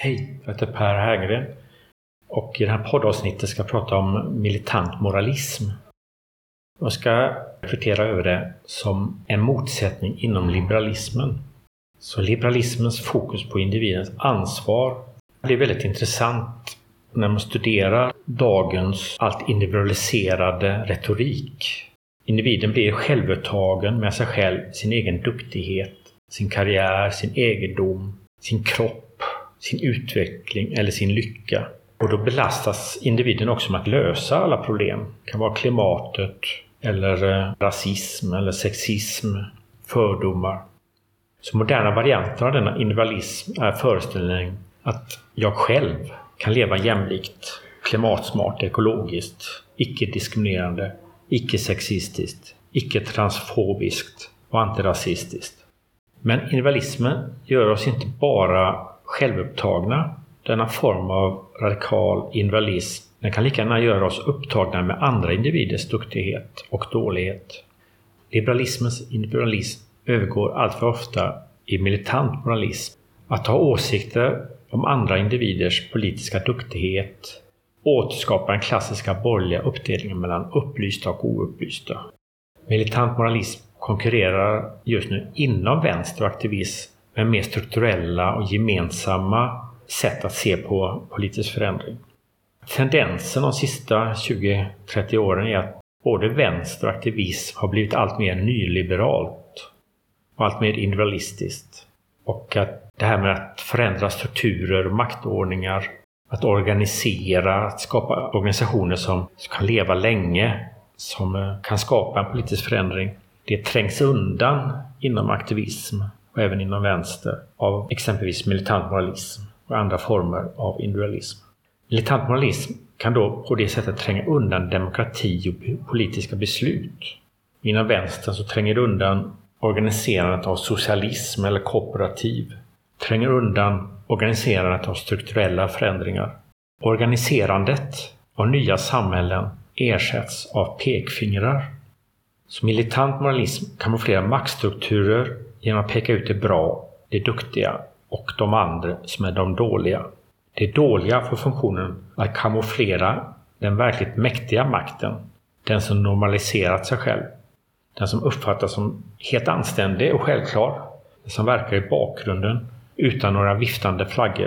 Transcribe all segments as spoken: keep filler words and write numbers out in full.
Hej, jag heter Per Hägren och i det här poddavsnittet ska jag prata om militant moralism. Jag ska reflektera över det som en motsättning inom liberalismen. Så liberalismens fokus på individens ansvar blir väldigt intressant när man studerar dagens allt individualiserade retorik. Individen blir självupptagen med sig själv, sin egen duktighet, sin karriär, sin egendom, sin kropp, sin utveckling eller sin lycka. Och då belastas individen också med att lösa alla problem. Det kan vara klimatet eller rasism eller sexism, fördomar. Så moderna varianter av denna individualism är föreställningen att jag själv kan leva jämlikt, klimatsmart, ekologiskt, icke-diskriminerande, icke-sexistiskt, icke-transfobiskt och antirasistiskt. Men individualismen gör oss inte bara självupptagna. Denna form av radikal individualism den kan lika gärna göra oss upptagna med andra individers duktighet och dålighet. Liberalismens individualism övergår allt för ofta i militant moralism. Att ha åsikter om andra individers politiska duktighet återskapar den klassiska borgerliga uppdelningen mellan upplysta och oupplysta. Militant moralism konkurrerar just nu inom vänster och aktivism med mer strukturella och gemensamma sätt att se på politisk förändring. Tendensen de sista tjugo till trettio åren är att både vänster och aktivism har blivit allt mer nyliberalt och allt mer individualistiskt. Och att det här med att förändra strukturer och maktordningar, att organisera, att skapa organisationer som kan leva länge, som kan skapa en politisk förändring, det trängs undan inom aktivism och även inom vänster av exempelvis militant moralism och andra former av individualism. Militant moralism kan då på det sättet tränga undan demokrati och politiska beslut. Inom vänstern så tränger det undan organiserandet av socialism eller kooperativ. Tränger undan organiserandet av strukturella förändringar. Organiserandet av nya samhällen ersätts av pekfingrar. Så militant moralism kamouflerar maktstrukturer genom att peka ut det bra, det duktiga och de andra som är de dåliga. Det dåliga för funktionen att kamouflera den verkligt mäktiga makten, den som normaliserat sig själv, den som uppfattas som helt anständig och självklar, den som verkar i bakgrunden utan några viftande flaggor.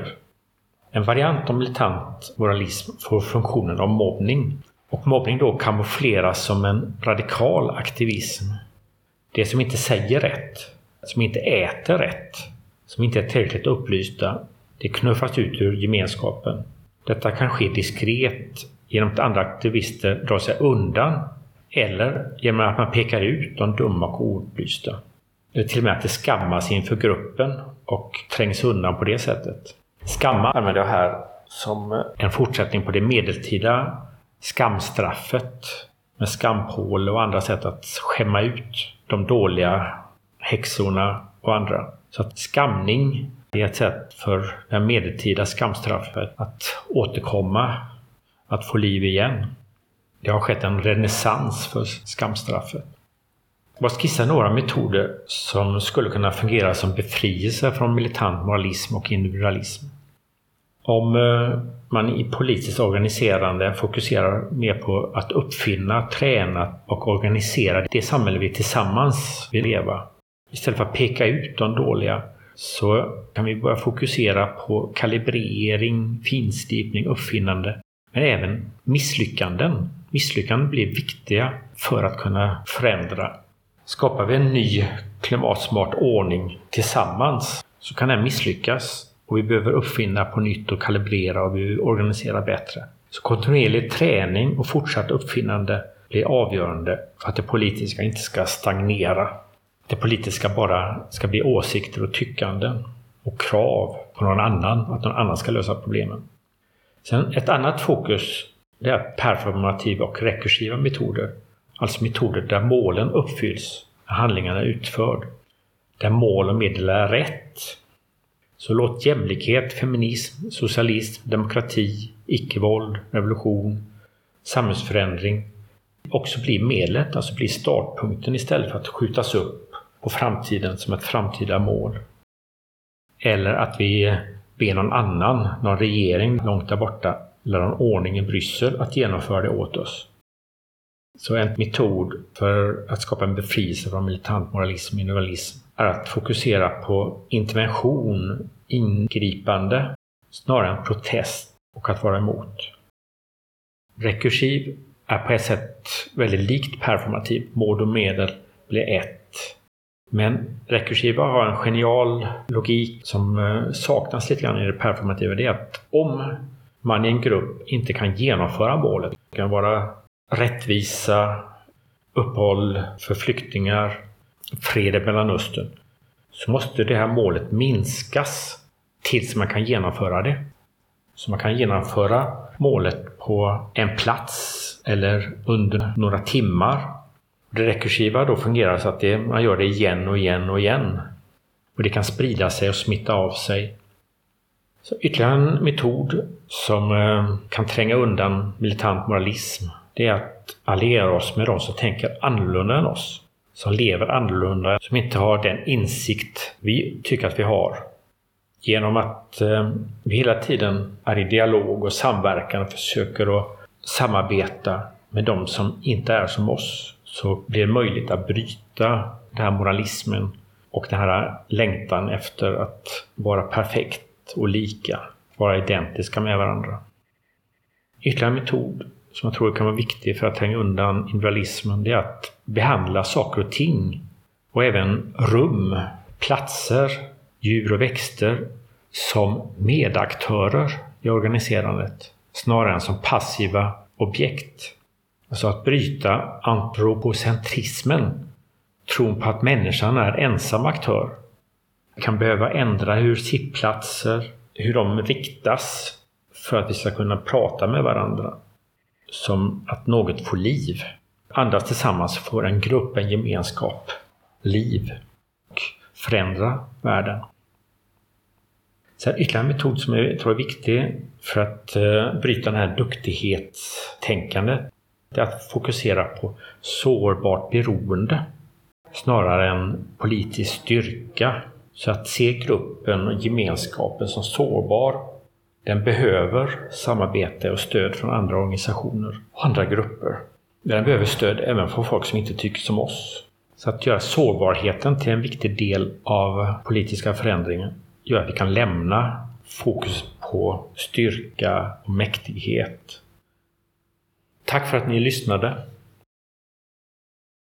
En variant av militant moralism får funktionen av mobbning. Och mobbning då kamoufleras som en radikal aktivism. Det som inte säger rätt, som inte äter rätt, som inte är tillräckligt upplysta, det knuffas ut ur gemenskapen. Detta kan ske diskret genom att andra aktivister drar sig undan eller genom att man pekar ut de dumma och oupplysta. Eller till och med att det skammas inför gruppen och trängs undan på det sättet. Skamma använder jag här som en fortsättning på det medeltida skamstraffet med skampål och andra sätt att skämma ut de dåliga häxorna och andra. Så att skamning är ett sätt för det medeltida skamstraffet att återkomma, att få liv igen. Det har skett en renässans för skamstraffet. Jag ska skissa några metoder som skulle kunna fungera som befrielse från militant moralism och individualism. Om man i politiskt organiserande fokuserar mer på att uppfinna, träna och organisera det samhälle vi tillsammans vill leva. Istället för att peka ut de dåliga så kan vi börja fokusera på kalibrering, finslipning, uppfinnande. Men även misslyckanden. Misslyckanden blir viktiga för att kunna förändra. Skapar vi en ny klimatsmart ordning tillsammans så kan den misslyckas. Och vi behöver uppfinna på nytt och kalibrera och vi organisera bättre. Så kontinuerlig träning och fortsatt uppfinnande blir avgörande för att det politiska inte ska stagnera. Det politiska bara ska bli åsikter och tyckanden och krav på någon annan, att någon annan ska lösa problemen. Sen ett annat fokus det är performativa och rekursiva metoder. Alltså metoder där målen uppfylls när handlingarna är utförd. Där mål och medel är rätt. Så låt jämlikhet, feminism, socialism, demokrati, icke-våld, revolution, samhällsförändring också bli medlet, alltså bli startpunkten istället för att skjutas upp på framtiden som ett framtida mål. Eller att vi be någon annan, någon regering långt där borta eller någon ordning i Bryssel att genomföra det åt oss. Så en metod för att skapa en befrielse från militant moralism och individualism är att fokusera på intervention, ingripande, snarare än protest och att vara emot. Rekursiv är på ett sätt väldigt likt performativ. Mål och medel blir ett. Men rekursiva har en genial logik som saknas lite grann i det performativa. Det är att om man i en grupp inte kan genomföra målet, det kan vara rättvisa, uppehåll för flyktingar, fred i Mellanöstern, så måste det här målet minskas tills man kan genomföra det. Så man kan genomföra målet på en plats eller under några timmar. Det rekursiva då fungerar så att det, man gör det igen och igen och igen. Och det kan sprida sig och smitta av sig. Så ytterligare en metod som eh, kan tränga undan militant moralism, det är att alliera oss med de som tänker annorlunda än oss. Som lever annorlunda, som inte har den insikt vi tycker att vi har. Genom att eh, vi hela tiden är i dialog och samverkan och försöker att samarbeta med de som inte är som oss, så blir det möjligt att bryta den här moralismen och den här längtan efter att vara perfekt och lika, vara identiska med varandra. Ytterligare en metod som jag tror kan vara viktig för att tränga undan individualismen, det är att behandla saker och ting och även rum, platser, djur och växter som medaktörer i organiserandet snarare än som passiva objekt. Alltså att bryta antropocentrismen, tron på att människan är ensam aktör. Vi kan behöva ändra hur sittplatser, hur de riktas för att vi ska kunna prata med varandra. Som att något får liv. Andra tillsammans får en grupp, en gemenskap, liv och förändra världen. Så här, ytterligare en metod som jag tror är viktig för att uh, bryta den här duktighetstänkandet, det är att fokusera på sårbart beroende snarare än politisk styrka. Så att se gruppen och gemenskapen som sårbar, den behöver samarbete och stöd från andra organisationer och andra grupper. Den behöver stöd även från folk som inte tycker som oss. Så att göra sårbarheten till en viktig del av politiska förändringen gör att vi kan lämna fokus på styrka och mäktighet. Tack för att ni lyssnade.